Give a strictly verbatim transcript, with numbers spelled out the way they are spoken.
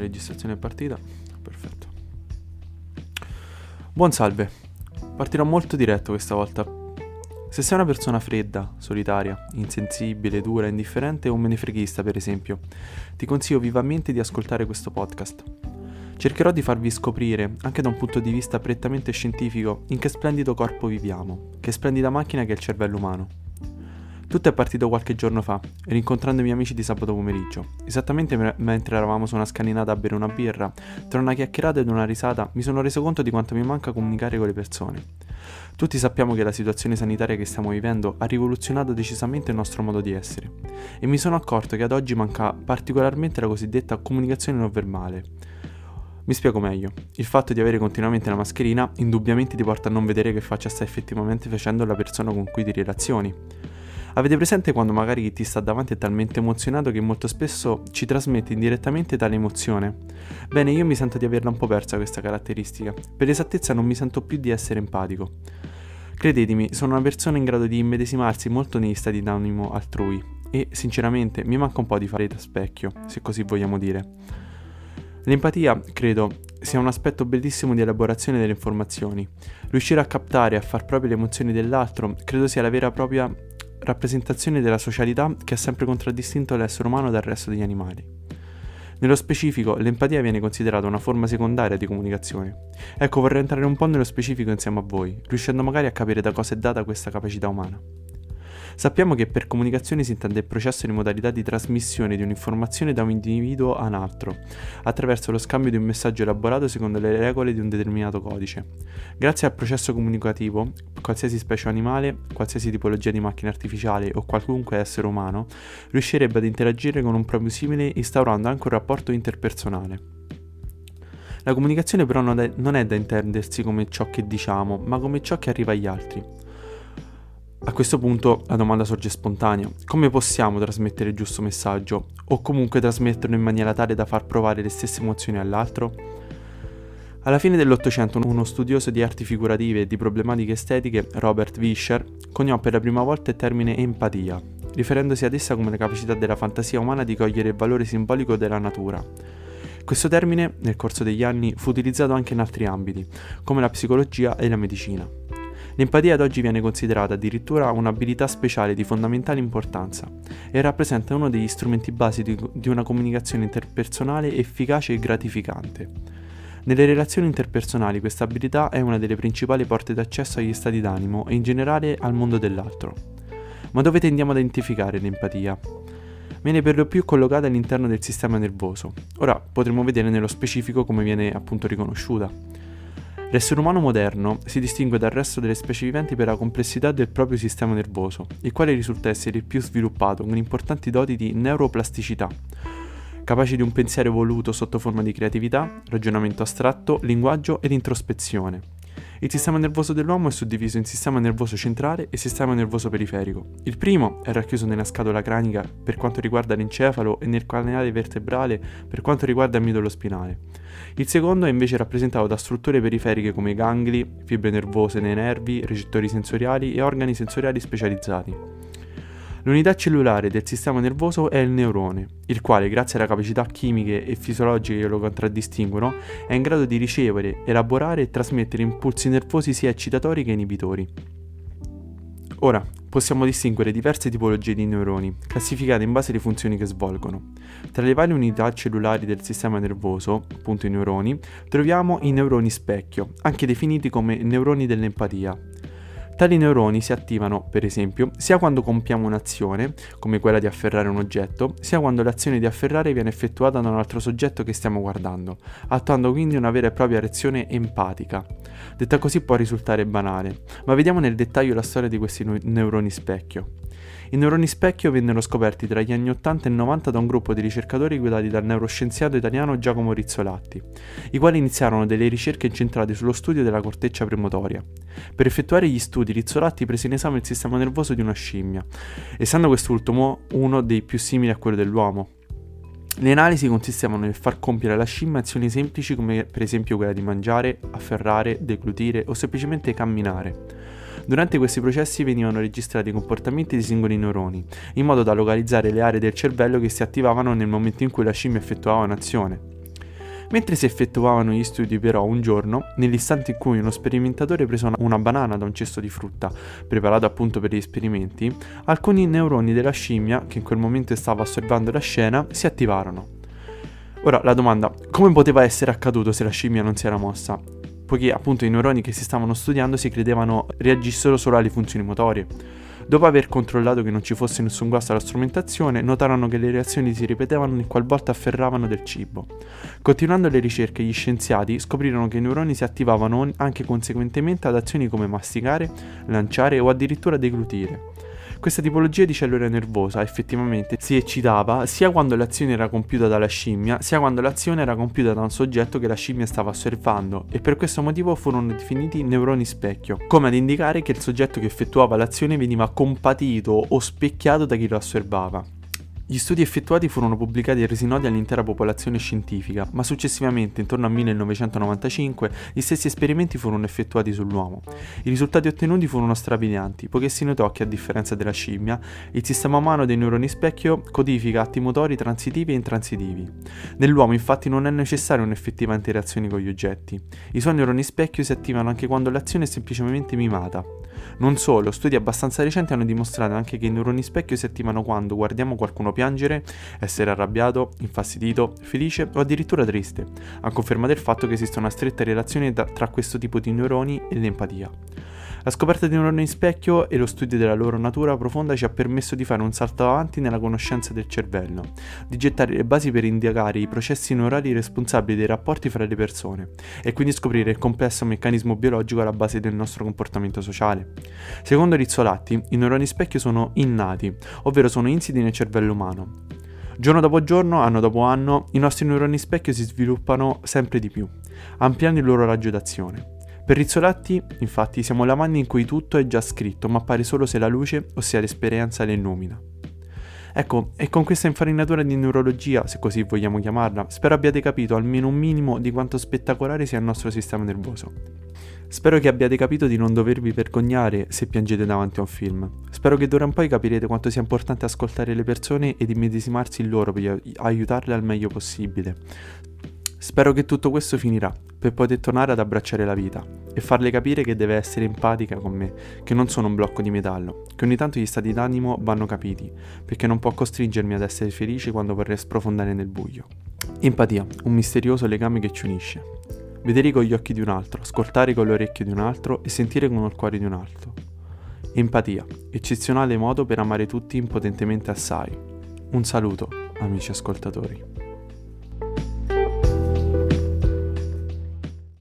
registrazione è partita. Perfetto. Buon salve. Partirò molto diretto questa volta. Se sei una persona fredda, solitaria, insensibile, dura, indifferente o un menefreghista, per esempio, ti consiglio vivamente di ascoltare questo podcast. Cercherò di farvi scoprire, anche da un punto di vista prettamente scientifico, in che splendido corpo viviamo, che splendida macchina che è il cervello umano. Tutto è partito qualche giorno fa, rincontrando i miei amici di sabato pomeriggio. Esattamente me- mentre eravamo su una scalinata a bere una birra, tra una chiacchierata ed una risata, mi sono reso conto di quanto mi manca comunicare con le persone. Tutti sappiamo che la situazione sanitaria che stiamo vivendo ha rivoluzionato decisamente il nostro modo di essere, e mi sono accorto che ad oggi manca particolarmente la cosiddetta comunicazione non verbale. Mi spiego meglio. Il fatto di avere continuamente la mascherina indubbiamente ti porta a non vedere che faccia sta effettivamente facendo la persona con cui ti relazioni. Avete presente quando magari chi ti sta davanti è talmente emozionato che molto spesso ci trasmette indirettamente tale emozione? Bene, io mi sento di averla un po' persa questa caratteristica. Per esattezza non mi sento più di essere empatico. Credetemi, sono una persona in grado di immedesimarsi molto negli stati d'animo altrui e, sinceramente, mi manca un po' di fare da specchio, se così vogliamo dire. L'empatia, credo, sia un aspetto bellissimo di elaborazione delle informazioni. Riuscire a captare e a far proprie le emozioni dell'altro credo sia la vera e propria rappresentazione della socialità che ha sempre contraddistinto l'essere umano dal resto degli animali. Nello specifico, l'empatia viene considerata una forma secondaria di comunicazione. Ecco, vorrei entrare un po' nello specifico insieme a voi, riuscendo magari a capire da cosa è data questa capacità umana. Sappiamo che per comunicazione si intende il processo di modalità di trasmissione di un'informazione da un individuo a un altro, attraverso lo scambio di un messaggio elaborato secondo le regole di un determinato codice. Grazie al processo comunicativo, qualsiasi specie animale, qualsiasi tipologia di macchina artificiale o qualunque essere umano riuscirebbe ad interagire con un proprio simile instaurando anche un rapporto interpersonale. La comunicazione però non è, non è da intendersi come ciò che diciamo, ma come ciò che arriva agli altri. A questo punto la domanda sorge spontanea: come possiamo trasmettere il giusto messaggio, o comunque trasmetterlo in maniera tale da far provare le stesse emozioni all'altro? Alla fine dell'Ottocento uno studioso di arti figurative e di problematiche estetiche, Robert Vischer, coniò per la prima volta il termine empatia, riferendosi ad essa come la capacità della fantasia umana di cogliere il valore simbolico della natura. Questo termine, nel corso degli anni, fu utilizzato anche in altri ambiti, come la psicologia e la medicina. L'empatia ad oggi viene considerata addirittura un'abilità speciale di fondamentale importanza e rappresenta uno degli strumenti basi di, di una comunicazione interpersonale efficace e gratificante. Nelle relazioni interpersonali questa abilità è una delle principali porte d'accesso agli stati d'animo e in generale al mondo dell'altro. Ma dove tendiamo ad identificare l'empatia? Viene per lo più collocata all'interno del sistema nervoso. Ora potremo vedere nello specifico come viene appunto riconosciuta. L'essere umano moderno si distingue dal resto delle specie viventi per la complessità del proprio sistema nervoso, il quale risulta essere il più sviluppato con importanti doti di neuroplasticità, capaci di un pensiero evoluto sotto forma di creatività, ragionamento astratto, linguaggio ed introspezione. Il sistema nervoso dell'uomo è suddiviso in sistema nervoso centrale e sistema nervoso periferico. Il primo è racchiuso nella scatola cranica per quanto riguarda l'encefalo e nel canale vertebrale per quanto riguarda il midollo spinale. Il secondo è invece rappresentato da strutture periferiche come gangli, fibre nervose nei nervi, recettori sensoriali e organi sensoriali specializzati. L'unità cellulare del sistema nervoso è il neurone, il quale, grazie alle capacità chimiche e fisiologiche che lo contraddistinguono, è in grado di ricevere, elaborare e trasmettere impulsi nervosi sia eccitatori che inibitori. Ora, possiamo distinguere diverse tipologie di neuroni, classificate in base alle funzioni che svolgono. Tra le varie unità cellulari del sistema nervoso, appunto i neuroni, troviamo i neuroni specchio, anche definiti come neuroni dell'empatia. Tali neuroni si attivano, per esempio, sia quando compiamo un'azione, come quella di afferrare un oggetto, sia quando l'azione di afferrare viene effettuata da un altro soggetto che stiamo guardando, attuando quindi una vera e propria reazione empatica. Detta così può risultare banale, ma vediamo nel dettaglio la storia di questi neuroni specchio. I neuroni specchio vennero scoperti tra gli anni ottanta e novanta da un gruppo di ricercatori guidati dal neuroscienziato italiano Giacomo Rizzolatti, i quali iniziarono delle ricerche incentrate sullo studio della corteccia premotoria. Per effettuare gli studi, Rizzolatti prese in esame il sistema nervoso di una scimmia, essendo quest'ultimo uno dei più simili a quello dell'uomo. Le analisi consistevano nel far compiere alla scimmia azioni semplici come per esempio quella di mangiare, afferrare, deglutire o semplicemente camminare. Durante questi processi venivano registrati i comportamenti dei singoli neuroni, in modo da localizzare le aree del cervello che si attivavano nel momento in cui la scimmia effettuava un'azione. Mentre si effettuavano gli studi però un giorno, nell'istante in cui uno sperimentatore prese una, una banana da un cesto di frutta, preparato appunto per gli esperimenti, alcuni neuroni della scimmia, che in quel momento stava osservando la scena, si attivarono. Ora la domanda, come poteva essere accaduto se la scimmia non si era mossa? Poiché appunto i neuroni che si stavano studiando si credevano reagissero solo alle funzioni motorie. Dopo aver controllato che non ci fosse nessun guasto alla strumentazione, notarono che le reazioni si ripetevano ogni qualvolta afferravano del cibo. Continuando le ricerche, gli scienziati scoprirono che i neuroni si attivavano anche conseguentemente ad azioni come masticare, lanciare o addirittura deglutire. Questa tipologia di cellula nervosa effettivamente si eccitava sia quando l'azione era compiuta dalla scimmia, sia quando l'azione era compiuta da un soggetto che la scimmia stava osservando, e per questo motivo furono definiti neuroni specchio, come ad indicare che il soggetto che effettuava l'azione veniva compatito o specchiato da chi lo osservava. Gli studi effettuati furono pubblicati e resi noti all'intera popolazione scientifica, ma successivamente, intorno al millenovecentonovantacinque, gli stessi esperimenti furono effettuati sull'uomo. I risultati ottenuti furono strabilianti, poiché si notò che, a differenza della scimmia, il sistema umano dei neuroni specchio codifica atti motori transitivi e intransitivi. Nell'uomo, infatti, non è necessaria un'effettiva interazione con gli oggetti. I suoi neuroni specchio si attivano anche quando l'azione è semplicemente mimata. Non solo, studi abbastanza recenti hanno dimostrato anche che i neuroni specchio si attivano quando guardiamo qualcuno piangere, essere arrabbiato, infastidito, felice o addirittura triste, a conferma del fatto che esiste una stretta relazione da- tra questo tipo di neuroni e l'empatia. La scoperta dei neuroni specchio e lo studio della loro natura profonda ci ha permesso di fare un salto avanti nella conoscenza del cervello, di gettare le basi per indagare i processi neurali responsabili dei rapporti fra le persone e quindi scoprire il complesso meccanismo biologico alla base del nostro comportamento sociale. Secondo Rizzolatti, i neuroni specchio sono innati, ovvero sono insiti nel cervello umano. Giorno dopo giorno, anno dopo anno, i nostri neuroni specchio si sviluppano sempre di più, ampliando il loro raggio d'azione. Per Rizzolatti, infatti, siamo la lavagna in cui tutto è già scritto, ma appare solo se la luce, ossia l'esperienza, le illumina. Ecco, e con questa infarinatura di neurologia, se così vogliamo chiamarla, spero abbiate capito almeno un minimo di quanto spettacolare sia il nostro sistema nervoso. Spero che abbiate capito di non dovervi vergognare se piangete davanti a un film. Spero che d'ora in poi capirete quanto sia importante ascoltare le persone ed immedesimarsi in loro per aiutarle al meglio possibile. Spero che tutto questo finirà, per poter tornare ad abbracciare la vita e farle capire che deve essere empatica con me, che non sono un blocco di metallo, che ogni tanto gli stati d'animo vanno capiti, perché non può costringermi ad essere felice quando vorrei sprofondare nel buio. Empatia, un misterioso legame che ci unisce. Vedere con gli occhi di un altro, ascoltare con le orecchie di un altro e sentire con il cuore di un altro. Empatia, eccezionale modo per amare tutti impotentemente assai. Un saluto, amici ascoltatori.